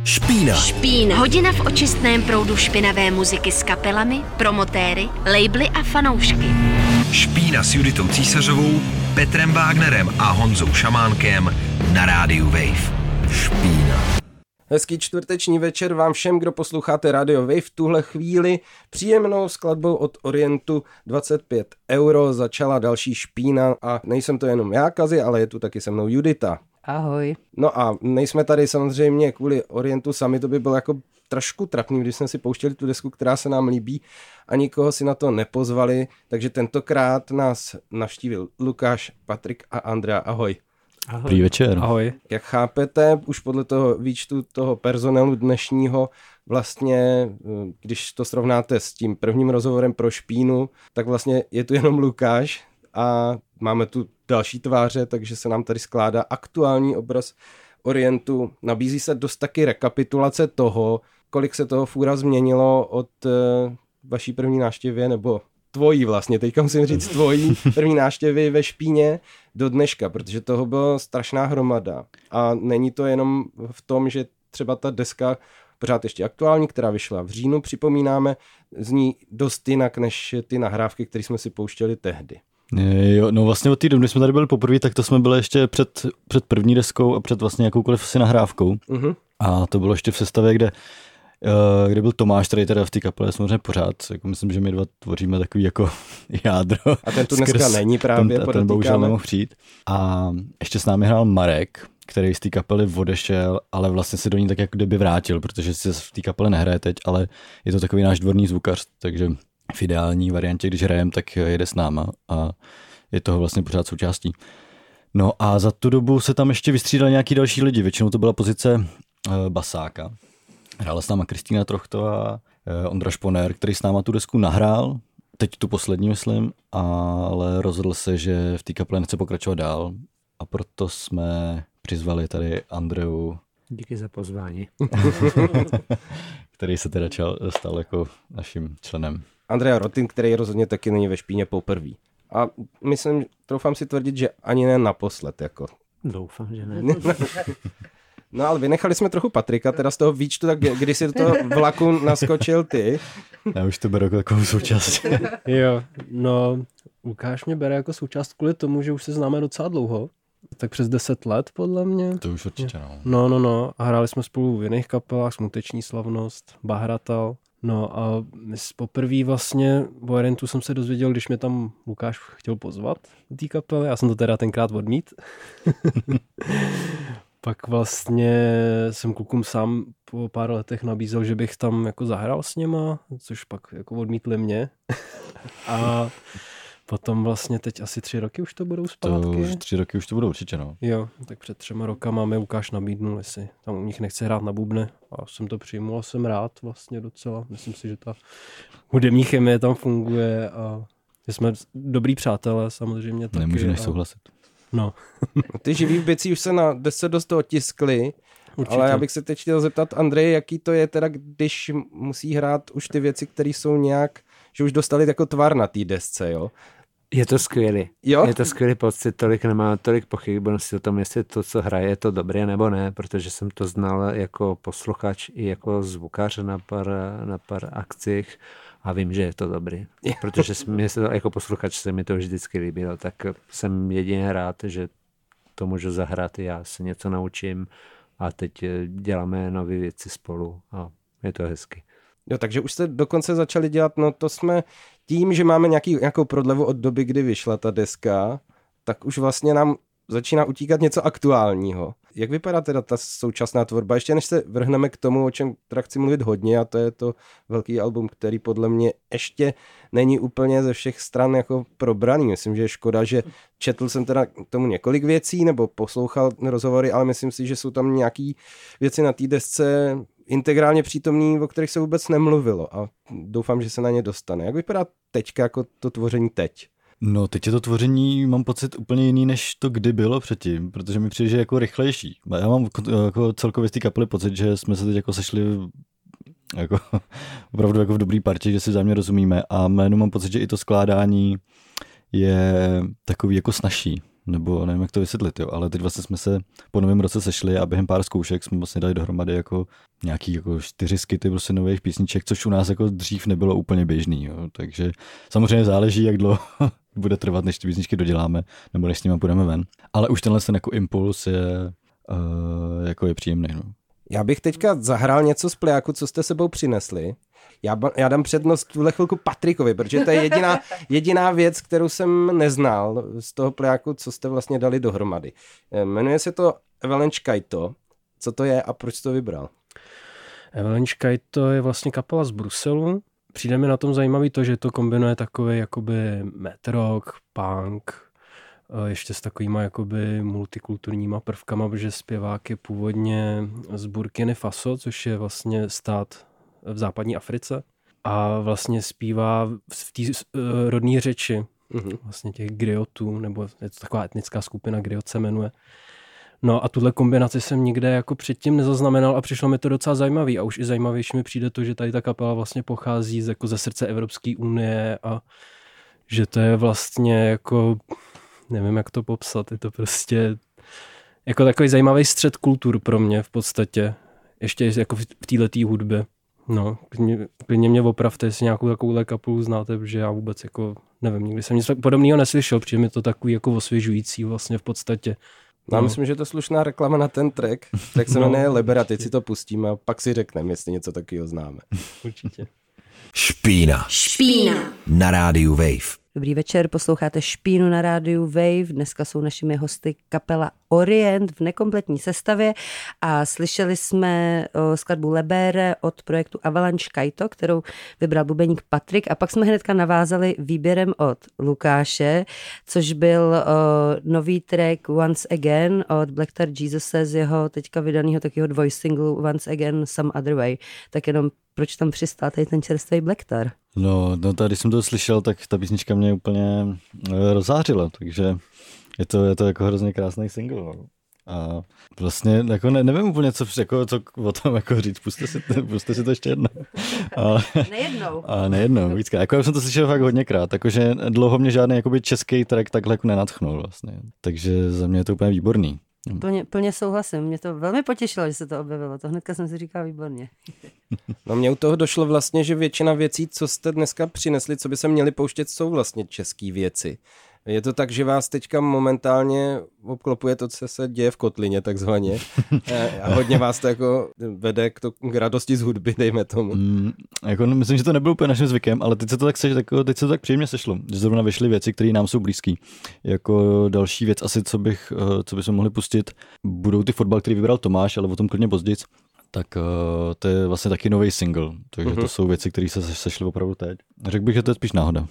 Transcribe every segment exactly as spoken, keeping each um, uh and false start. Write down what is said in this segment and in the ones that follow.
Špína. Špína. Hodina v očistném proudu špinavé muziky s kapelami, promotéry, labely a fanoušky. Špína s Juditou Císařovou, Petrem Wagnerem a Honzou Šamánkem na rádiu Wave. Špína. Hezký čtvrteční večer vám všem, kdo posloucháte Radio Wave. V tuhle chvíli příjemnou skladbou od Orientu dvacet pět euro začala další Špína a nejsem to jenom já, Kazi, ale je tu taky se mnou Judita. Ahoj. No a nejsme tady samozřejmě kvůli Orientu sami, to by bylo jako trošku trapný, když jsme si pouštěli tu desku, která se nám líbí a nikoho si na to nepozvali, takže tentokrát nás navštívil Lukáš, Patrik a Andrea. Ahoj. Ahoj. Dobrý večer. Ahoj. Jak chápete, už podle toho výčtu toho personelu dnešního, vlastně, když to srovnáte s tím prvním rozhovorem pro Špínu, tak vlastně je tu jenom Lukáš a máme tu další tváře, takže se nám tady skládá aktuální obraz Orientu. Nabízí se dost taky rekapitulace toho, kolik se toho fůra změnilo od vaší první návštěvě, nebo tvojí vlastně, teďka musím říct tvojí první návštěvy ve Špíně do dneška, protože toho byla strašná hromada. A není to jenom v tom, že třeba ta deska pořád ještě aktuální, která vyšla v říjnu, připomínáme, zní dost jinak než ty nahrávky, které jsme si pouštěli tehdy. Jo, no vlastně od té doby, když jsme tady byli poprvé, tak to jsme byli ještě před, před první deskou a před vlastně jakoukoliv asi nahrávkou. Uh-huh. A to bylo ještě v sestavě, kde kde byl Tomáš, který teda v té kapele samozřejmě pořád, jako myslím, že my dva tvoříme takový jako jádro. A ten tu dneska není právě, ten, ten bohužel nemohl přijít. A ještě s námi hrál Marek, který z té kapely odešel, ale vlastně se do ní tak jako kdyby vrátil, protože se v té kapele nehraje teď, ale je to takový náš dvorní zvukař, takže v ideální variantě, když hrajeme, tak jede s náma a je toho vlastně pořád součástí. No a za tu dobu se tam ještě vystřídali nějaký další lidi, většinou to byla pozice uh, basáka. Hrála s náma Kristýna Trochtová, Ondra Šponer, který s náma tu desku nahrál, teď tu poslední myslím, ale rozhodl se, že v té kapele nechce pokračovat dál a proto jsme přizvali tady Andreu. Díky za pozvání. Který se teda čal, stal jako naším členem. Andrea Rotin, který rozhodně taky není ve Špíně poprvý. A myslím, troufám si tvrdit, že ani ne naposled. Jako. Doufám, že ne. No ale vynechali jsme trochu Patrika, teda z toho výčtu, tak když jsi do toho vlaku naskočil ty. Já už to beru jako takovou součást. Jo, no Lukáš mě bere jako součást kvůli tomu, že už se známe docela dlouho. Tak přes deset let podle mě. To už určitě no. No, no, no. A hráli jsme spolu v jiných kapelách, Smuteční slavnost, Bahratal. No a poprvé vlastně o Orientu jsem se dozvěděl, když mě tam Lukáš chtěl pozvat do té kapely. Já jsem to teda tenkrát odmít. Pak vlastně jsem klukům sám po pár letech nabízel, že bych tam jako zahrál s něma, což pak jako odmítli mě. A potom vlastně teď asi tři roky už to budou zpátky. To už tři roky už to budou určitě, no. Jo, tak před třema rokama mi Lukáš nabídnul, jestli tam u nich nechce hrát na bubny. A jsem to přijmul a jsem rád vlastně docela. Myslím si, že ta hudební chemie tam funguje a že jsme dobrý přátelé samozřejmě taky. Nemůžu než a... souhlasit. No. Ty živý bicí už se na desce dost otiskly, ale já bych se teď chtěl zeptat Andreje, jaký to je teda, když musí hrát už ty věci, které jsou nějak, že už dostali jako tvar na té desce, jo? Je to skvělý. Jo? Je to skvělý pocit, tolik nemá tolik pochybností o tom, jestli to, co hraje, je to dobré nebo ne, protože jsem to znal jako posluchač i jako zvukař na pár, na pár akcích a vím, že je to dobrý. Protože mě se to, jako posluchač se mi to vždycky líbilo, tak jsem jedině rád, že to můžu zahrát, já se něco naučím a teď děláme nové věci spolu a je to hezky. Jo, takže už jste dokonce začali dělat, no to jsme tím, že máme nějaký, nějakou prodlevu od doby, kdy vyšla ta deska, tak už vlastně nám začíná utíkat něco aktuálního. Jak vypadá teda ta současná tvorba? Ještě než se vrhneme k tomu, o čem teda chci mluvit hodně, a to je to velký album, který podle mě ještě není úplně ze všech stran jako probraný. Myslím, že je škoda, že četl jsem teda tomu několik věcí, nebo poslouchal rozhovory, ale myslím si, že jsou tam nějaký věci na té desce integrálně přítomný, o kterých se vůbec nemluvilo a doufám, že se na ně dostane. Jak vypadá teďka jako to tvoření teď? No, teď je to tvoření, mám pocit, úplně jiný, než to kdy bylo předtím, protože mi přijde, že je jako rychlejší. Já mám jako celkově z té kapely pocit, že jsme se teď jako sešli jako, opravdu jako v dobrý partě, že si vzájemně rozumíme a jménu mám pocit, že i to skládání je takový jako snazší. nebo nevím, jak to vysvětlit, jo, ale teď vlastně jsme se po novém roce sešli a během pár zkoušek jsme vlastně dali dohromady jako nějaký jako čtyři skity prostě nových písniček, což u nás jako dřív nebylo úplně běžný, jo, takže samozřejmě záleží, jak dlouho bude trvat, než ty písničky doděláme, nebo než s nimi půjdeme ven. Ale už tenhle ten jako impuls je, uh, jako je příjemný, no. Já bych teďka zahrál něco z plejáku, co jste sebou přinesli. Já, já dám přednost tuhle chvilku Patrikovi, protože to je jediná, jediná věc, kterou jsem neznal z toho plejáku, co jste vlastně dali dohromady. Jmenuje se to Avalanche Kaito. Co to je a proč to vybral? Avalanche Kaito je vlastně kapela z Bruselu. Přijde mi na tom zajímavý to, že to kombinuje takový jakoby math rock, punk, ještě s takovýma jakoby multikulturníma prvkama, protože zpěvák je původně z Burkiny Faso, což je vlastně stát v západní Africe a vlastně zpívá v té uh, rodné řeči mm-hmm. vlastně těch griotů, nebo je to taková etnická skupina, griot se jmenuje. No a tuhle kombinaci jsem nikde jako předtím nezaznamenal a přišlo mi to docela zajímavý a už i zajímavější mi přijde to, že tady ta kapela vlastně pochází z, jako ze srdce Evropské unie a že to je vlastně jako, nevím jak to popsat, je to prostě jako takový zajímavý střed kultur pro mě v podstatě, ještě jako v této hudbě. No, klidně, klidně mě opravte, jestli nějakou takovouhle kapelu znáte, protože já vůbec jako, nevím, nikdy jsem nic podobného neslyšel, protože mi to takový jako osvěžující vlastně v podstatě. No, no. Myslím, že je to slušná reklama na ten track. Tak se jmenuje no, Libera, teď si to pustíme a pak si řekneme, jestli něco takového známe. Určitě. Špína. Špína. Na rádiu Wave. Dobrý večer, posloucháte Špínu na rádiu Wave. Dneska jsou našimi hosty kapela Orient v nekompletní sestavě a slyšeli jsme o skladbu Lebere od projektu Avalanche Kaito, kterou vybral bubeník Patrik a pak jsme hnedka navázali výběrem od Lukáše, což byl o, nový track Once Again od Blacktar Jesuse z jeho teďka vydaného takového dvojsinglu Once Again Some Other Way. Tak jenom proč tam přistál tady ten čerstvý Blacktar? No, no tady jsem to slyšel, tak ta písnička mě úplně rozzářila, takže je to, je to jako hrozně krásný single. No. A vlastně jako ne, nevím úplně, co, jako, co o tom jako říct, puste si, puste si to ještě jednou. A, nejednou. A nejednou, víckrát. Jako já jsem to slyšel fakt hodněkrát, jakože dlouho mě žádný jakoby český track takhle jako nenadchnul vlastně. Takže za mě je to úplně výborný. Plně, plně souhlasím, mě to velmi potěšilo, že se to objevilo, to hnedka jsem si říkal výborně. No mně u toho došlo vlastně, že většina věcí, co jste dneska přinesli, co by se měli pouštět, jsou vlastně české věci. Je to tak, že vás teďka momentálně obklopuje to, co se děje v kotlině takzvaně a hodně vás to jako vede k, to, k radosti z hudby, dejme tomu. Mm, jako, no, myslím, že to nebylo úplně naším zvykem, ale teď se to tak, seš, jako, teď se to tak příjemně sešlo, že zrovna vyšly věci, které nám jsou blízký. Jako další věc asi, co, bych, co bychom mohli pustit, budou ty fotbal, který vybral Tomáš, ale o tom klidně později. Tak uh, to je vlastně taky nový single, takže mm-hmm. to jsou věci, které se sešly opravdu teď. Řekl bych, že to je spíš náhoda.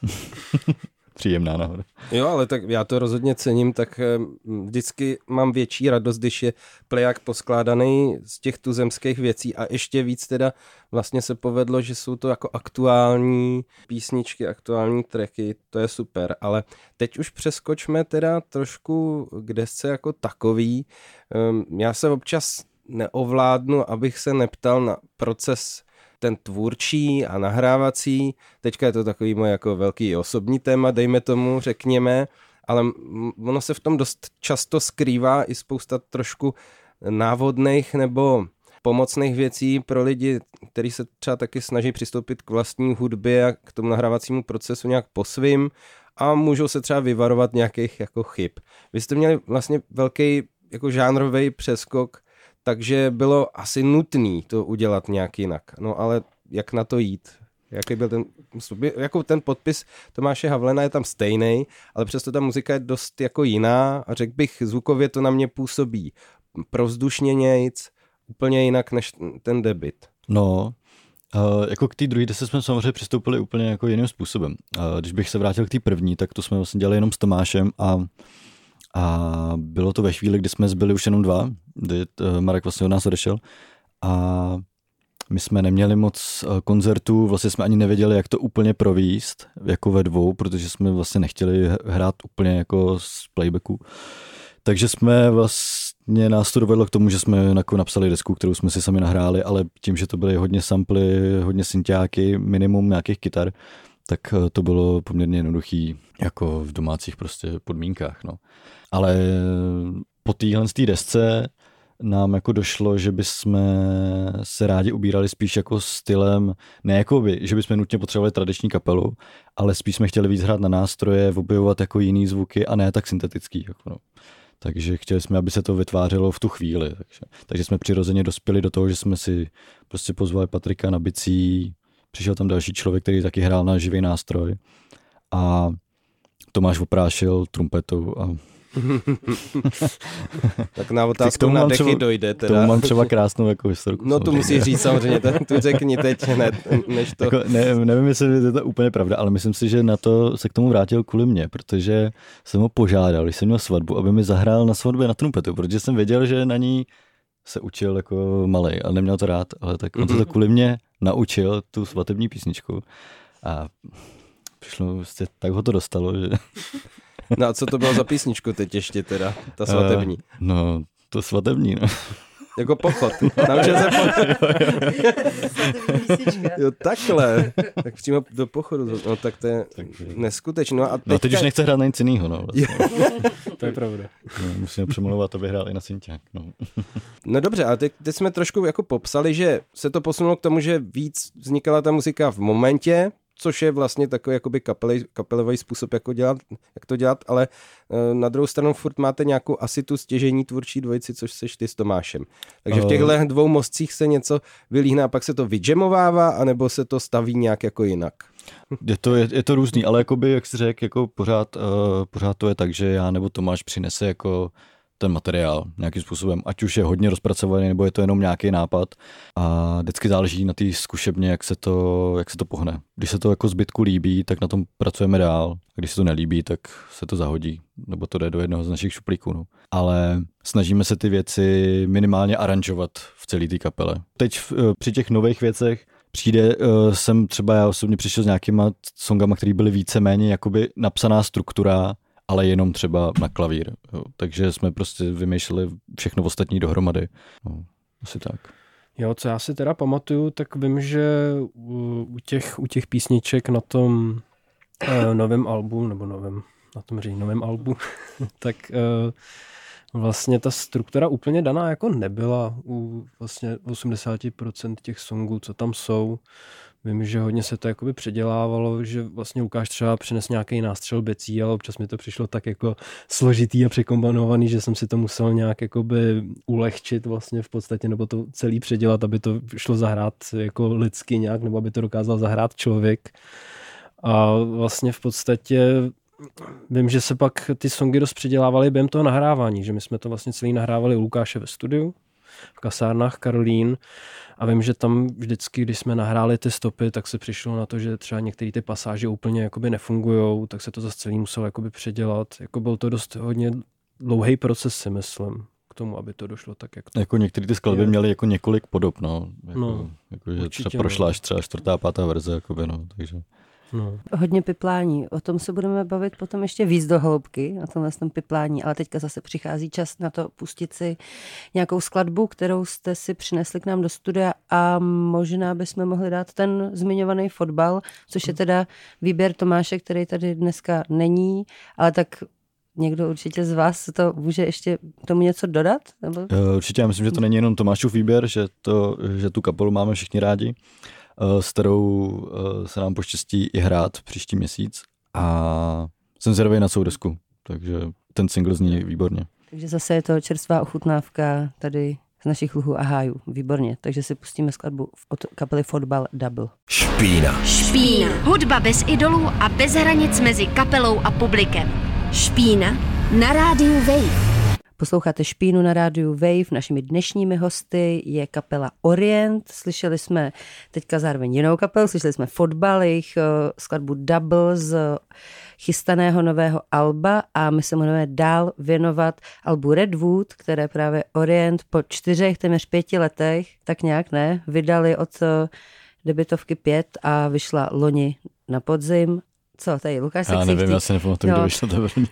Příjemná náhoda. Jo, ale tak já to rozhodně cením, tak vždycky mám větší radost, když je pleják poskládaný z těch tuzemských věcí a ještě víc teda vlastně se povedlo, že jsou to jako aktuální písničky, aktuální tracky, to je super, ale teď už přeskočme teda trošku k desce jako takový. Já se občas neovládnu, abych se neptal na proces ten tvůrčí a nahrávací. Teďka je to takový můj jako velký osobní téma, dejme tomu, řekněme, ale ono se v tom dost často skrývá i spousta trošku návodných nebo pomocných věcí pro lidi, kteří se třeba taky snaží přistoupit k vlastní hudbě a k tomu nahrávacímu procesu nějak po svým a můžou se třeba vyvarovat nějakých jako chyb. Vy jste měli vlastně velký jako žánrový přeskok, takže bylo asi nutný to udělat nějak jinak. No ale jak na to jít? Jaký byl ten, jako ten podpis Tomáše Havlena je tam stejný, ale přesto ta muzika je dost jako jiná a řekl bych, zvukově to na mě působí provzdušněnějc, úplně jinak než ten debut. No, Uh, jako k té druhé desce jsme samozřejmě přistoupili úplně jako jiným způsobem. Uh, když bych se vrátil k té první, tak to jsme vlastně dělali jenom s Tomášem a A bylo to ve chvíli, kdy jsme zbyli už jenom dva, kdy Marek vlastně od nás odešel a my jsme neměli moc koncertů, vlastně jsme ani nevěděli, jak to úplně províst, jako ve dvou, protože jsme vlastně nechtěli hrát úplně jako z playbacku. Takže jsme vlastně nás to dovedlo k tomu, že jsme napsali desku, kterou jsme si sami nahráli, ale tím, že to byly hodně samply, hodně synťáky, minimum nějakých kytar, tak to bylo poměrně jednoduchý jako v domácích prostě podmínkách. No. Ale po téhle desce nám jako došlo, že bychom se rádi ubírali spíš jako stylem, ne jako by, že bychom nutně potřebovali tradiční kapelu, ale spíš jsme chtěli víc hrát na nástroje, objevovat jako jiný zvuky a ne tak syntetický. Jako no. Takže chtěli jsme, aby se to vytvářelo v tu chvíli. Takže, takže jsme přirozeně dospěli do toho, že jsme si prostě pozvali Patrika na bicí, přišel tam další člověk, který taky hrál na živý nástroj a Tomáš oprášil trumpetou a tak na otázku na dechy třeba, dojde teda. Tomu mám třeba krásnou jako historku. No tu musíš říct samozřejmě, tu řekni teď hned, než to. Jako, ne, nevím, jestli je to úplně pravda, ale myslím si, že na to se k tomu vrátil kvůli mě, protože jsem ho požádal, když jsem měl svatbu, aby mi zahrál na svatbě na trumpetu, protože jsem věděl, že na ní se učil jako malej, ale neměl to rád, ale tak on se to kvůli mě naučil, tu svatební písničku a přišlo, vlastně tak ho to dostalo, že... No a co to bylo za písničku teď ještě teda, ta svatební? Uh, no, to svatební, no. Jako pochod. Naučil se pochod. Jo, takhle. Tak přímo do pochodu. No tak to je neskutečné. No, a no teď už nechce hrát na nic jinýho, no. Vlastně. To je pravda. No, musíme přemlouvat, aby hrál i na synťák, no. No dobře, ale teď, teď jsme trošku jako popsali, že se to posunulo k tomu, že víc vznikala ta muzika v momentě, což je vlastně takový jakoby kapely, kapelový způsob, jako dělat, jak to dělat, ale na druhou stranu furt máte nějakou asi tu stěžejní tvůrčí dvojici, což seš ty s Tomášem. Takže v těchto dvou mostcích se něco vylíhne a pak se to vydžemovává, anebo se to staví nějak jako jinak. Je to, je, je to různý, ale jakoby, jak jsi řekl, jako pořád, uh, pořád to je tak, že já nebo Tomáš přinese jako ten materiál nějakým způsobem, ať už je hodně rozpracovaný, nebo je to jenom nějaký nápad a vždycky záleží na té zkušebně, jak se to, jak se to pohne. Když se to jako zbytku líbí, tak na tom pracujeme dál. A když se to nelíbí, tak se to zahodí, nebo to jde do jednoho z našich šuplíků. No. Ale snažíme se ty věci minimálně aranžovat v celé té kapele. Teď při těch nových věcech přijde, jsem třeba já osobně přišel s nějakýma songama, které byly víceméně jakoby napsaná struktura, ale jenom třeba na klavír. Jo. Takže jsme prostě vymýšleli všechno ostatní dohromady. No, asi tak. Jo, co já si teda pamatuju, tak vím, že u těch, u těch písniček na tom uh, novém albu, nebo novém, na tom říjnovém albu, tak uh, vlastně ta struktura úplně daná jako nebyla u vlastně osmdesát procent těch songů, co tam jsou. Vím, že hodně se to jakoby předělávalo, že vlastně Lukáš třeba přines nějaký nástřel becí, ale občas mi to přišlo tak jako složitý a překombinovaný, že jsem si to musel nějak jakoby ulehčit vlastně v podstatě, nebo to celý předělat, aby to šlo zahrát jako lidsky nějak, nebo aby to dokázal zahrát člověk. A vlastně v podstatě vím, že se pak ty songy dost předělávaly během toho nahrávání, že my jsme to vlastně celý nahrávali u Lukáše ve studiu, v kasárnách Karolín. A vím, že tam vždycky, když jsme nahráli ty stopy, tak se přišlo na to, že třeba některé ty pasáže úplně jakoby nefungujou, tak se to zase celý muselo jakoby předělat. Jako byl to dost hodně dlouhý proces, si myslím, k tomu, aby to došlo tak, jak to. Jako některé ty skladby je. Měly jako několik podob, no. Jako, no jako že třeba prošla až třeba čtvrtá, pátá verze, jakoby, no, takže. No. Hodně piplání, o tom se budeme bavit potom ještě víc do hloubky, na tomhle tom piplání, ale teďka zase přichází čas na to pustit si nějakou skladbu, kterou jste si přinesli k nám do studia a možná bychom mohli dát ten zmiňovaný fotbal, což je teda výběr Tomáše, který tady dneska není, ale tak někdo určitě z vás to může ještě tomu něco dodat? Nebo? Určitě, já myslím, že to není jenom Tomášův výběr, že, to, že tu kapelu máme všichni rádi, s kterou se nám poštěstí i hrát příští měsíc a jsem zvědavý na celou desku, takže ten single zní výborně. Takže zase je to čerstvá ochutnávka tady z našich luhů a hájů, výborně, takže si pustíme skladbu od kapely Fotbal Double. Špína. Špína. Hudba bez idolů a bez hranic mezi kapelou a publikem. Špína na rádiu Wave. Posloucháte Špínu na rádiu Wave. Našimi dnešními hosty je kapela Orient. Slyšeli jsme teďka zároveň jinou kapelu, slyšeli jsme Fotbal, jejich skladbu Double z chystaného nového alba a my se budeme dál věnovat albu Redwood, které právě Orient po čtyřech, téměř pěti letech, tak nějak ne, vydali od debitovky pět a vyšla loni na podzim. Co, tady Lukáš se Já nevím, ksichtí. já si nepamatuju, kdo vyšel to první.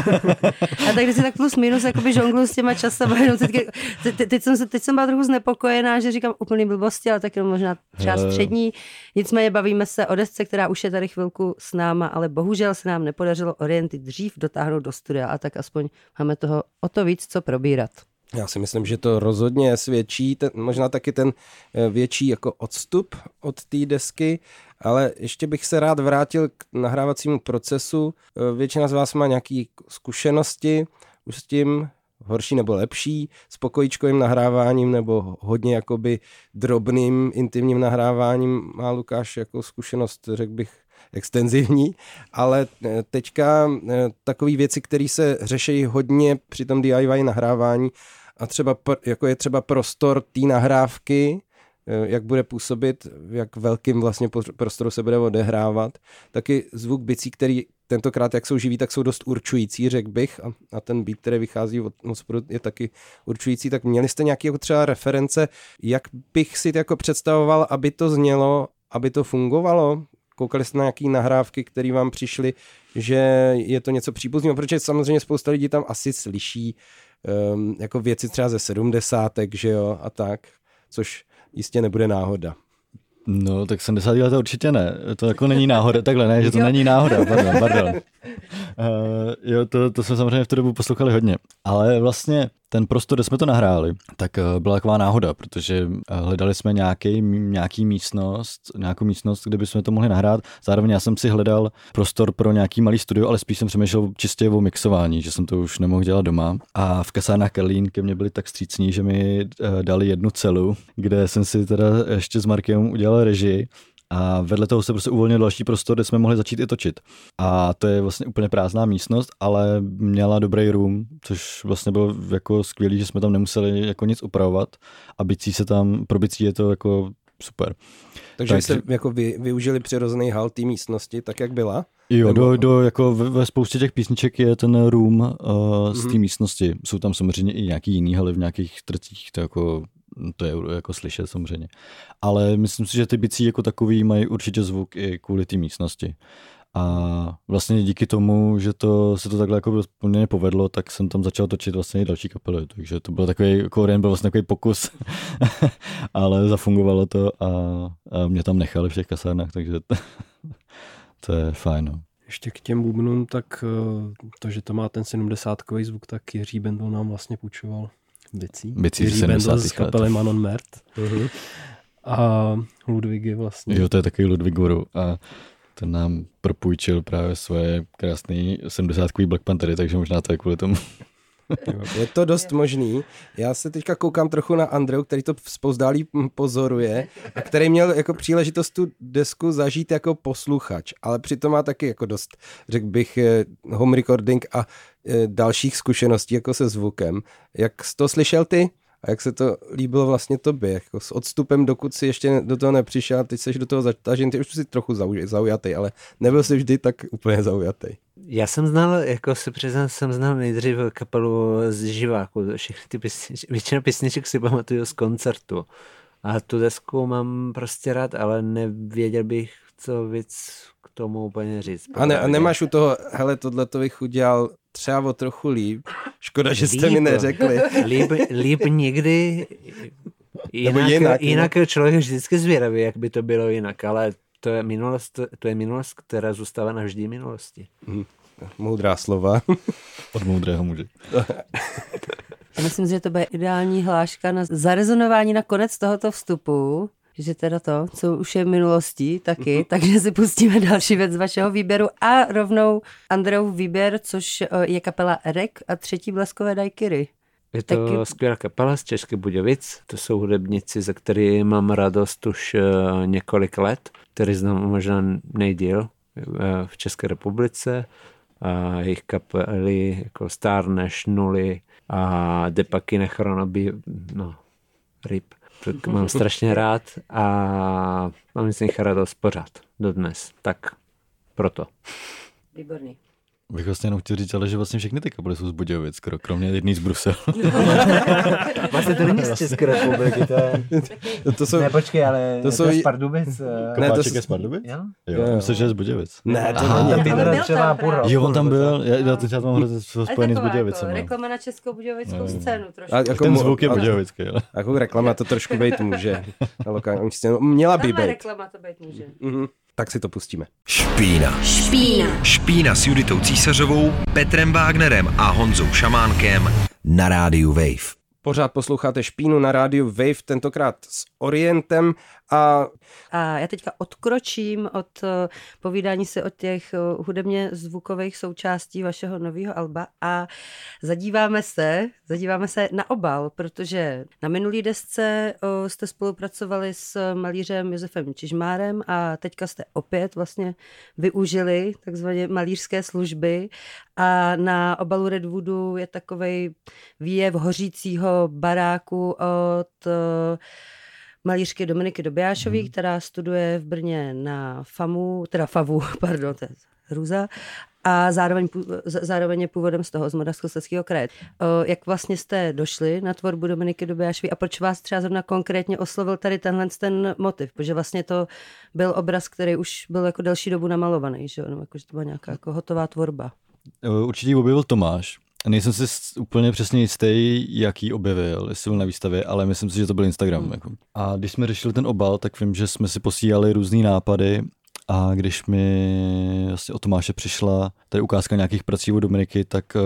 A tak když si tak plus minus jakoby žongluju s těma časama, jenom teď, teď, teď, jsem, teď jsem byla trochu znepokojená, že říkám úplný blbosti, ale tak jenom možná část střední. Nicméně bavíme se o desce, která už je tady chvilku s náma, ale bohužel se nám nepodařilo Orienty dřív dotáhnout do studia a tak aspoň máme toho o to víc, co probírat. Já si myslím, že to rozhodně svědčí, ten, možná taky ten větší jako odstup od té desky, ale ještě bych se rád vrátil k nahrávacímu procesu. Většina z vás má nějaké zkušenosti už s tím, horší nebo lepší, s pokojíčkovým nahráváním nebo hodně jakoby drobným intimním nahráváním. Má Lukáš jako zkušenost, řekl bych, extenzivní, ale teďka takové věci, které se řeší hodně při tom D I Y nahrávání a třeba jako je třeba prostor té nahrávky, jak bude působit, jak velkým vlastně prostoru se bude odehrávat. Taky zvuk bicí, který tentokrát, jak jsou živí, tak jsou dost určující, řekl bych, a, a ten beat, který vychází od spodu, je taky určující. Tak měli jste nějaké jako třeba reference, jak bych si jako představoval, aby to znělo, aby to fungovalo? Koukali jste na nějaké nahrávky, které vám přišly, že je to něco příbuzného, protože samozřejmě spousta lidí tam asi slyší um, jako věci třeba ze sedmdesátek, že jo, a tak, což jistě nebude náhoda. No, tak sedmdesátá let určitě ne. To jako není náhoda. Takhle ne, že to není náhoda. Pardon, pardon. Uh, jo, to, to jsme samozřejmě v tu dobu poslouchali hodně. Ale vlastně ten prostor, kde jsme to nahráli, tak uh, byla taková náhoda, protože uh, hledali jsme nějaký, nějaký místnost, nějakou místnost, kde bychom to mohli nahrát. Zároveň já jsem si hledal prostor pro nějaký malý studio, ale spíš jsem přemýšlel čistě o mixování, že jsem to už nemohl dělat doma. A v kasárnách Karlín ke mně byli tak vstřícní, že mi uh, dali jednu celu, kde jsem si teda ještě s Markem udělal režii. A vedle toho se prostě uvolnil další prostor, kde jsme mohli začít i točit. A to je vlastně úplně prázdná místnost, ale měla dobrý room, což vlastně bylo jako skvělý, že jsme tam nemuseli jako nic upravovat a bicí se tam, pro bicí je to jako super. Takže tak, jste jako vy, využili přirozený hal té místnosti, tak jak byla? Jo, Nebo... do, do, jako ve, ve spoustě těch písniček je ten room uh, mm-hmm. z té místnosti. Jsou tam samozřejmě i nějaký jiný haly v nějakých trcích, to jako to je jako slyšet samozřejmě. Ale myslím si, že ty bicí jako takový mají určitě zvuk i kvůli té místnosti. A vlastně díky tomu, že to se to takhle jako poměrně povedlo, tak jsem tam začal točit vlastně i další kapely. Takže to byl takový, jako Orient byl vlastně takový pokus, ale zafungovalo to a, a mě tam nechali v těch kasárnách, takže to, to je fajn. No. Ještě k těm bubnům, tak to, že to má ten sedmdesátkový zvuk, tak Jiří Bendl nám vlastně půjčoval bicí. Bicí Jiří Bendl z kapely Manon Mert. Uh-huh. A Ludwig je vlastně. Jo, to je takový Ludwig Guru a ten nám propůjčil právě svoje krásné sedmdesátkový Black Panthery, takže možná to je kvůli tomu. Je to dost možný. Já se teďka koukám trochu na Andreu, který to spouzdálí pozoruje a který měl jako příležitost tu desku zažít jako posluchač, ale přitom má taky jako dost, řekl bych, home recording a dalších zkušeností jako se zvukem. Jak jsi to slyšel ty? A jak se to líbilo vlastně tobě? Jako s odstupem, dokud si ještě do toho nepřišel, teď jsi do toho zatažen, ty už jsi trochu zaujatý, ale nebyl jsi vždy tak úplně zaujatý. Já jsem znal, jako se přiznám, jsem znal nejdřív kapelu z živáku, všechny ty písničky, většina písniček si pamatuju z koncertu. A tu desku mám prostě rád, ale nevěděl bych, co víc k tomu úplně říct. A, ne, a nemáš u toho, hele, tohle to bych udělal třeba o trochu líp. Škoda, že jste líp, mi neřekli. Líp, líp někdy, jinak, jinak, jinak člověk vždycky zvědavý, jak by to bylo jinak, ale to je minulost, to je minulost, která zůstává navždy minulosti. Hmm. Moudrá slova. Od moudrého muže. Já myslím, že to bude ideální hláška na zarezonování na konec tohoto vstupu, že teda to, co už je minulostí taky, takže si pustíme další věc z vašeho výběru a rovnou Andreův výběr, což je kapela Rek a Třetí bleskové dajkyry. Je to taky skvělá kapela z Českých Budějovic, to jsou hudebníci, za který mám radost už několik let, který znám možná nejdýl v České republice. A jejich kapely jako Stárneš, Nuly a Depaky Nechronoby, no, rip. Tak mám strašně rád a mám z nich radost pořád, dodnes. Tak proto. Výborný. Bych vlastně jenom chtěl říct, ale že vlastně všechny ty kapely jsou z Budějovic, skoro, kromě jedný z Bruselu. Vlastně to není z České republiky, to je... To jsou... Ne, počkej, ale to to jsou... je z Pardubic. Kopáček je z Pardubic? Jo? Jo, jo. Myslím, že je z Budějovic. Ne, to Aha, není. tam byl třeba půl roku. Jo, on tam byl, já, já teď já tam hrozně spojený s jako Budějovicem. reklama na českou budějovickou No. scénu trošku. A jako Ten mo- zvuk je a- budějovický, ale... Jako reklama to trošku být může. Na lokální scénu. Měla by Tahle být. reklama to být může. Mhm. Tak si to pustíme. Špína. Špína. Špína s Juditou Císařovou, Petrem Wagnerem a Honzou Šamánkem na rádiu Wave. Pořád posloucháte Špínu na rádiu Wave, tentokrát s Orientem a A já teďka odkročím od eh, povídání si o těch eh, hudebně zvukových součástí vašeho nového alba a zadíváme se, zadíváme se na obal, protože na minulý desce eh, jste spolupracovali s malířem Josefem Čižmárem a teďka jste opět vlastně využili takzvaně malířské služby a na obalu Redwoodu je takovej výjev hořícího baráku od eh, malířky Dominiky Dobijášové, hmm. která studuje v Brně na FAMu, teda FAVu, pardon, to je hrůza, a zároveň, zároveň je původem z toho, z Moravskoslezského kraje. Jak vlastně jste došli na tvorbu Dominiky Dobijášové a proč vás třeba zrovna konkrétně oslovil tady tenhle ten motiv? Protože vlastně to byl obraz, který už byl jako delší dobu namalovaný, že, no, jako, že to byla nějaká jako hotová tvorba. Určitě objevil Tomáš. Nejsem si úplně přesně jistý, jaký objevil, jestli byl na výstavě, ale myslím si, že to byl Instagram. Hmm. Jako. A když jsme řešili ten obal, tak vím, že jsme si posílali různý nápady a když mi vlastně od Tomáše přišla tady ukázka nějakých prací u Dominiky, tak uh,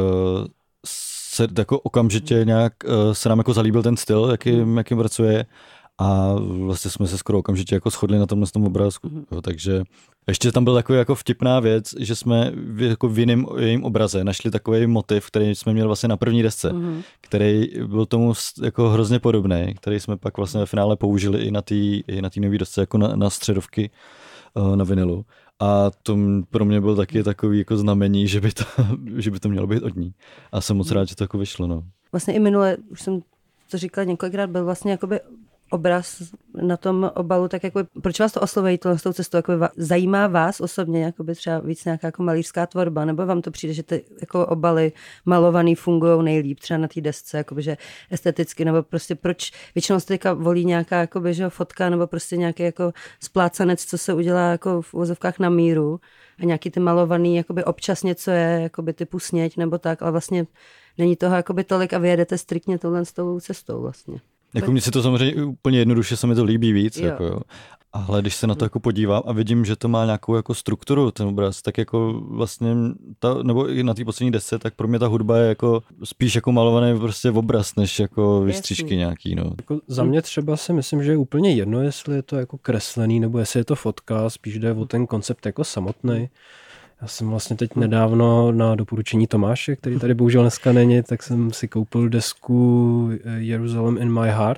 se jako okamžitě nějak uh, se nám jako zalíbil ten styl, jakým, jakým pracuje a vlastně jsme se skoro okamžitě jako shodli na tomhle tom obrázku. Hmm. Jo, takže ještě tam byl takový jako vtipná věc, že jsme v, jako v jiném jejím obraze našli takový motiv, který jsme měli vlastně na první desce, mm-hmm. který byl tomu jako hrozně podobný, který jsme pak vlastně ve finále použili i na té i na té nové desce jako na, na středovky uh, na vinilu. A to pro mě byl taky takový jako znamení, že by to, že by to mělo být od ní. A jsem moc rád, že to jako vyšlo. No. Vlastně i minule, už jsem to říkala několikrát, byl vlastně jakoby obraz na tom obalu, tak jako, proč vás to oslovují s tou cestou? Jako zajímá vás osobně jakoby třeba víc nějaká jako malířská tvorba, nebo vám to přijde, že ty jako obaly malovaný fungují nejlíp třeba na té desce, jakoby, že esteticky, nebo prostě proč většinou se teďka volí nějaká jakoby, že fotka, nebo prostě nějaký jako splácanec, co se udělá jako v uvozovkách na míru a nějaký ty malovaný, jakoby občas něco je, jakoby typu sněť nebo tak, ale vlastně není toho jakoby tolik a vy jedete striktně touhle s tou cestou vlastně. Jako mně se to samozřejmě úplně jednoduše se mi to líbí víc, Jo. jako jo. Ale když se na to jako podívám a vidím, že to má nějakou jako strukturu ten obraz, tak jako vlastně ta, nebo i na té poslední desce, tak pro mě ta hudba je jako spíš jako malovaný prostě obraz, než jako výstřižky nějaký, no. Jako za mě třeba si myslím, že je úplně jedno, jestli je to jako kreslený, nebo jestli je to fotka, spíš jde o ten koncept jako samotný. Já jsem vlastně teď nedávno na doporučení Tomáše, který tady bohužel dneska není, tak jsem si koupil desku Jerusalem in my heart,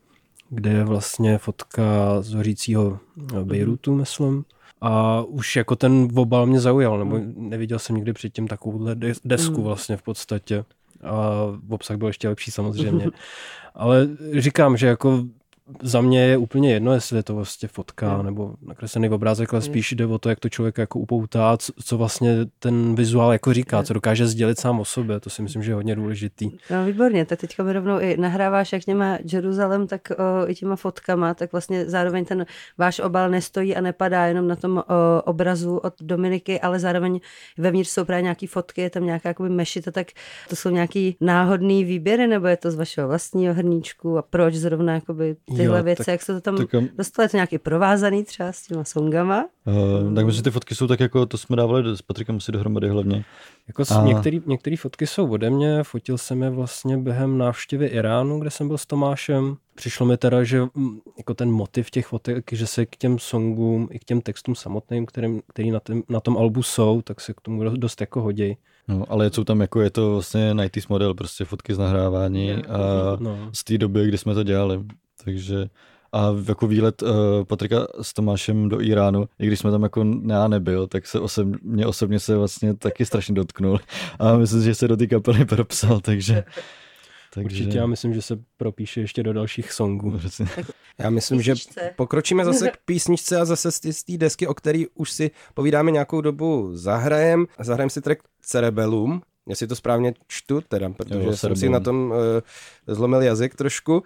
kde je vlastně fotka z hořícího Bejrutu, myslím. A už jako ten obal mě zaujal, nebo neviděl jsem nikdy předtím takovouhle desku vlastně v podstatě. A obsah byl ještě lepší samozřejmě. Ale říkám, že jako za mě je úplně jedno, jestli je to vlastně fotka nebo nakreslený obrázek, ale spíš jde o to, jak to člověk jako upoutá, co, co vlastně ten vizuál jako říká, co dokáže sdělit sám o sobě. To si myslím, že je hodně důležitý. No výborně, tak teďka mi rovnou i nahráváš jak těma Jeruzalem, tak o, i těma fotkama, tak vlastně zároveň ten váš obal nestojí a nepadá jenom na tom o, obrazu od Dominiky, ale zároveň vevnitř jsou právě nějaký fotky, je tam nějaká jakoby mešita, tak to jsou nějaký náhodný výběry, nebo je to z vašeho vlastního hrníčku a proč zrovna jakoby tyhle Jo, věci, tak- jak se to tam tak- dostalo, je to nějaký provázaný třeba s těma songama? Uh, tak myslím, ty fotky jsou tak jako, to jsme dávali s Patrikem asi dohromady hlavně. Jako A- některý, některé fotky jsou ode mě, fotil jsem je vlastně během návštěvy Iránu, kde jsem byl s Tomášem. Přišlo mi teda, že mm, jako ten motiv těch fotek, že se k těm songům i k těm textům samotným, kterým, který na, tém, na tom albu jsou, tak se k tomu dost, dost jako hodí. No, ale jsou tam jako, je to vlastně nineties model, prostě fotky z nahrávání a No. z té doby, kdy jsme to dělali. Takže a jako výlet uh, Patrika s Tomášem do Iránu, i když jsme tam jako já nebyl, tak se osob, mě osobně se vlastně taky strašně dotknul. A myslím, že se do té kapely propsal, takže... Takže... Určitě já myslím, že se propíše ještě do dalších songů. Já myslím, že pokročíme zase k písničce a zase z té desky, o který už si povídáme nějakou dobu, zahrajem. Zahrajem si track Cerebellum, jestli to správně čtu, teda, protože jo, jsem si na tom uh, zlomil jazyk trošku.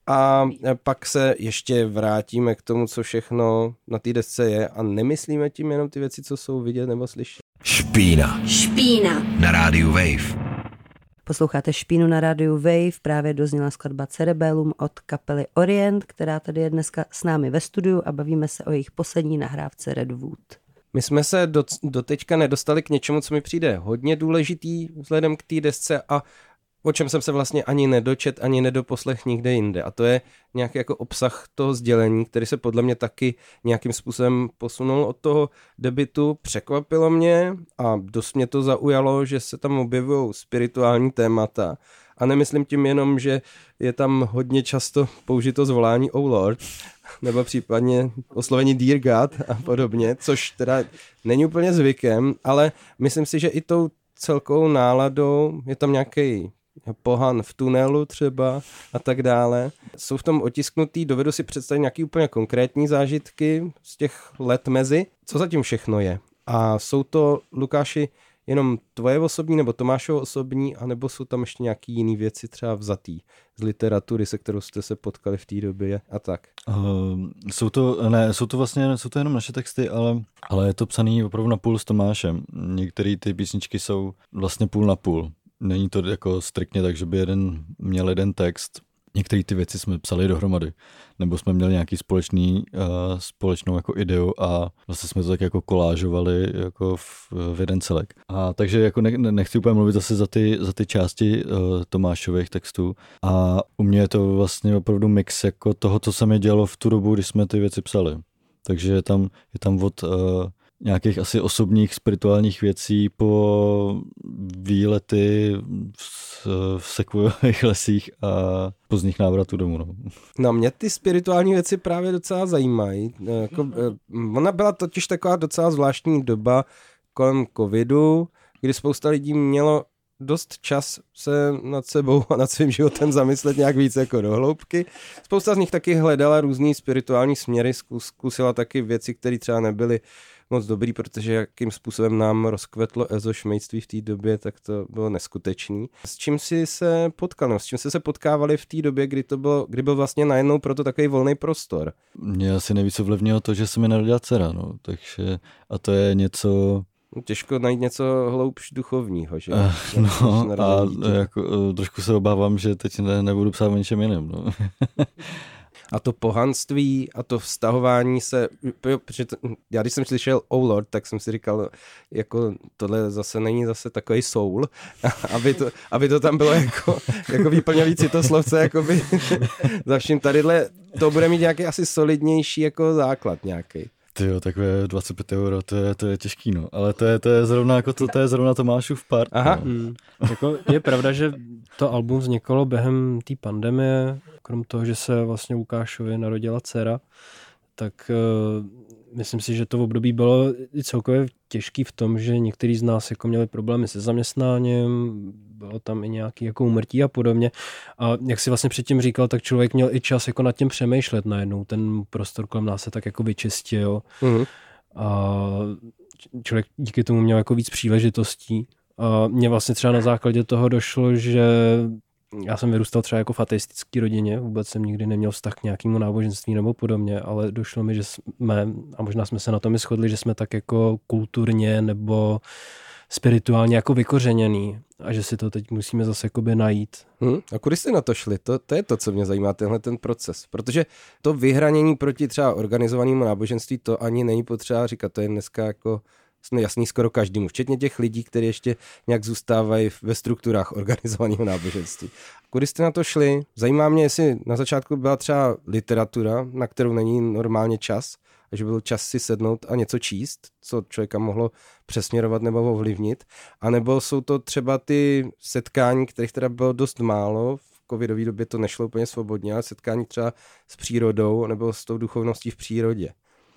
A pak se ještě vrátíme k tomu, co všechno na té desce je a nemyslíme tím jenom ty věci, co jsou vidět nebo slyšet. Špína. Špína. Na rádiu Wave. Posloucháte Špínu na rádiu Wave, právě dozněla skladba Cerebellum od kapely Orient, která tady je dneska s námi ve studiu a bavíme se o jejich poslední nahrávce Redwood. My jsme se do, do teďka nedostali k něčemu, co mi přijde hodně důležitý vzhledem k té desce a o čem jsem se vlastně ani nedočet, ani nedoposlech nikde jinde. A to je nějaký jako obsah toho sdělení, který se podle mě taky nějakým způsobem posunul od toho debutu. Překvapilo mě a dost mě to zaujalo, že se tam objevují spirituální témata. A nemyslím tím jenom, že je tam hodně často použito zvolání Oh Lord, nebo případně oslovení Dear God a podobně, což teda není úplně zvykem, ale myslím si, že i tou celkovou náladou je tam nějaký pohan v tunelu třeba a tak dále. Jsou v tom otisknutý, dovedu si představit nějaký úplně konkrétní zážitky z těch let mezi. Co zatím všechno je? A jsou to, Lukáši, jenom tvoje osobní nebo Tomášovo osobní, anebo jsou tam ještě nějaký jiný věci třeba vzatý z literatury, se kterou jste se potkali v té době a tak? Uh, jsou to, ne, jsou to vlastně, jsou to jenom naše texty, ale, ale je to psaný opravdu na půl s Tomášem. Některé ty písničky jsou vlastně půl na půl. Není to jako striktně tak, že by jeden měl jeden text. Některé ty věci jsme psali dohromady, nebo jsme měli nějaký společný, uh, společnou jako ideu a vlastně jsme to tak jako kolážovali jako v, v jeden celek. A takže jako ne, nechci úplně mluvit zase za ty, za ty části uh, Tomášových textů a u mě je to vlastně opravdu mix jako toho, co se mi dělo v tu dobu, když jsme ty věci psali. Takže je tam, je tam od uh, nějakých asi osobních spirituálních věcí po výlety v, v sekvojových lesích a pozdních návratů domů. No. no mě ty spirituální věci právě docela zajímají. Jako, ona byla totiž taková docela zvláštní doba kolem covidu, kdy spousta lidí mělo dost čas se nad sebou a nad svým životem zamyslet nějak víc jako do hloubky. Spousta z nich taky hledala různý spirituální směry, zkusila taky věci, které třeba nebyly moc dobrý, protože jakým způsobem nám rozkvetlo ezošmejství v té době, tak to bylo neskutečný. S čím si se potkal, no, s čím jste se potkávali v té době, kdy to bylo, kdy byl vlastně najednou proto takový volný prostor? Mě asi nejvíc ovlivnilo to, že se mi narodila dcera, no, takže a to je něco... Těžko najít něco hloubš duchovního, že? Uh, no a jako, uh, trošku se obávám, že teď ne, nebudu psát o něčem jiném, no. A to pohanství a to vztahování se, protože to, já když jsem slyšel Oh Lord, tak jsem si říkal, jako tohle zase není zase takový soul, aby to, aby to tam bylo jako, jako výplňový citoslovce, jakoby za vším tadyhle, to bude mít nějaký asi solidnější jako základ nějaký. Tyjo, takové dvacet pět euro, to je, to je těžký, no. Ale to je, to je zrovna jako to, to je zrovna Tomášův part. Aha. No. Hmm. Jako je pravda, že to album vzniklo během té pandemie, krom toho, že se vlastně Lukášovi narodila dcera, tak uh, myslím si, že to v období bylo i celkově těžký v tom, že některý z nás jako měli problémy se zaměstnáním, bylo tam i nějaký jako úmrtí a podobně. A jak si vlastně předtím říkal, tak člověk měl i čas jako nad tím přemýšlet najednou. Ten prostor kolem nás se tak jako vyčistil. Mm-hmm. A člověk díky tomu měl jako víc příležitostí. A mně vlastně třeba na základě toho došlo, že já jsem vyrůstal třeba jako v ateistické rodině, vůbec jsem nikdy neměl vztah k nějakému náboženství nebo podobně, ale došlo mi, že jsme, a možná jsme se na tom i shodli, že jsme tak jako kulturně nebo spirituálně jako vykořeněný a že si to teď musíme zase jakoby najít. Hmm, a kudy jste na to šli? To, to je to, co mě zajímá, tenhle ten proces. Protože to vyhranění proti třeba organizovanému náboženství, to ani není potřeba říkat, to je dneska jako jasný skoro každému, včetně těch lidí, kteří ještě nějak zůstávají ve strukturách organizovaného náboženství. Kudy jste na to šli? Zajímá mě, jestli na začátku byla třeba literatura, na kterou není normálně čas, a že byl čas si sednout a něco číst, co člověka mohlo přesměrovat nebo ovlivnit, anebo jsou to třeba ty setkání, kterých teda bylo dost málo, v covidové době to nešlo úplně svobodně, ale setkání třeba s přírodou nebo s tou duchovností v přírodě.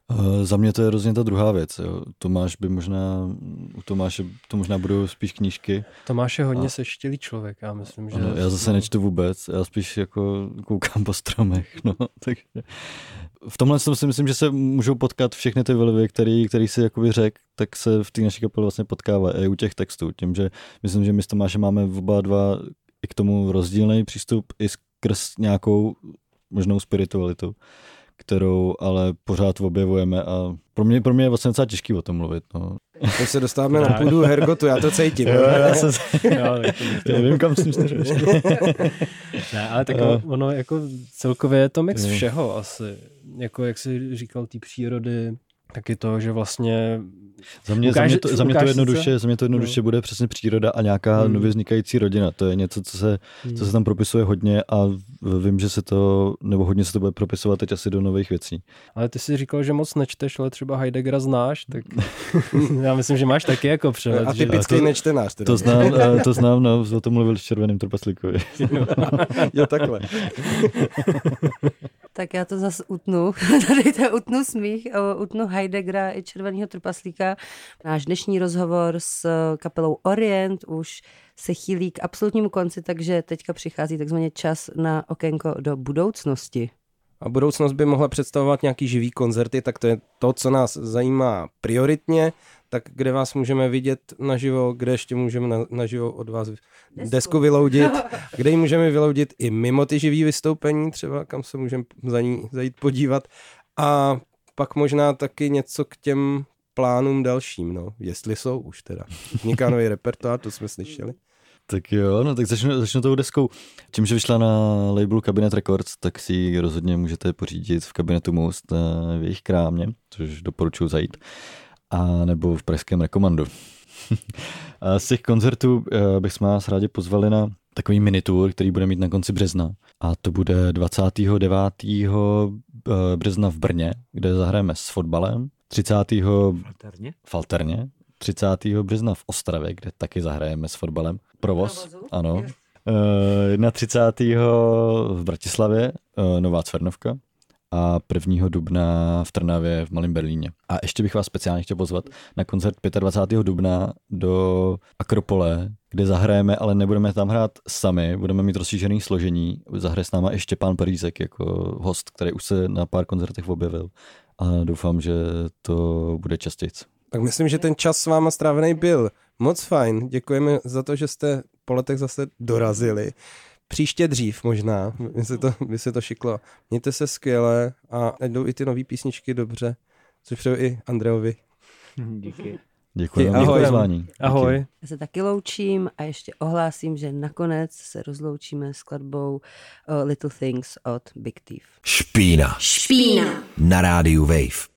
Uh, za mě to je hrozně ta druhá věc. Jo. Tomáš by možná, u Tomáše to možná budou spíš knížky. Tomáš je hodně A... seštělý člověk, já myslím, že... Ano, já zase nečtu vůbec, já spíš jako koukám po stromech, no, takže... V tomhle si myslím, že se můžou potkat všechny ty vlivy, který, který si jakoby řek, tak se v té naší kapele vlastně potkává i u těch textů. Tím, že myslím, že my s Tomášem máme oba dva i k tomu rozdílný přístup i skrz nějakou možnou spiritualitu, kterou ale pořád objevujeme a pro mě, pro mě je vlastně docela těžký o tom mluvit. No. To se dostáváme na půdu Hergotu, já to cítím. Jo, já se... Nevím, kam s tím směřuješ. Ne, ale tak uh, ono jako celkově je to mix uh. všeho asi. Jako jak jsi říkal, té přírody, taky to, že vlastně... Za mě, ukáž, za mě, to, za mě to jednoduše, za mě to jednoduše no. bude přesně příroda a nějaká hmm. nově vznikající rodina. To je něco, co se, hmm. co se tam propisuje hodně a vím, že se to, nebo hodně se to bude propisovat teď asi do nových věcí. Ale ty jsi říkal, že moc nečteš, ale třeba Heideggera znáš, tak já myslím, že máš taky jako přehled. A typický to, nečtenář. To znám, to znám, no, o tom mluvil s Červeným trpaslíkovi. Jo, takhle. Tak já to zase utnu, tady to utnu smích, utnu Heideggera i Červeného trpaslíka. Náš dnešní rozhovor s kapelou Orient už se chýlí k absolutnímu konci, takže teďka přichází takzvaně čas na okénko do budoucnosti. A budoucnost by mohla představovat nějaký živý koncerty, tak to je to, co nás zajímá prioritně. Tak kde vás můžeme vidět naživo, kde ještě můžeme na, naživo od vás desku, desku vyloudit, kde ji můžeme vyloudit i mimo ty živý vystoupení, třeba kam se můžeme za ní zajít podívat. A pak možná taky něco k těm plánům dalším, no, jestli jsou už teda. Vzniká nový repertoár, to jsme slyšeli. Tak jo, no tak začnu, začnu tou deskou. Tím, že vyšla na labelu Cabinet Records, tak si ji rozhodně můžete pořídit v kabinetu Most v jejich krámě, což doporučuji zajít, a nebo v pražském Rekomandu. A z těch koncertů bych vás rádi pozvali na takový minitour, který bude mít na konci března. A to bude dvacátého devátého března v Brně, kde zahrajeme s fotbalem. třicátého Falterně. Falterně. třicátého března v Ostravě, kde taky zahrajeme s fotbalem. Provoz, Provozu. Ano. Na třicátého v Bratislavě Nová Cvernovka a prvního dubna v Trnavě v Malém Berlíně. A ještě bych vás speciálně chtěl pozvat na koncert dvacátého pátého dubna do Akropole, kde zahrajeme, ale nebudeme tam hrát sami, budeme mít rozšířený složení. Zahraje s náma ještě pán Parízek jako host, který už se na pár koncertech objevil. A doufám, že to bude častěji. Tak myslím, že ten čas s váma strávený byl moc fajn. Děkujeme za to, že jste po letech zase dorazili. Příště dřív možná, by se to, by se to šiklo. Mějte se skvěle a ať jdou i ty nový písničky dobře, což přeju i Andrejovi. Díky. Děkuji vám za pozvání. Ahoj. Já se taky loučím a ještě ohlásím, že nakonec se rozloučíme skladbou uh, Little Things od Big Thief. Špína. Špína. Na rádiu Wave.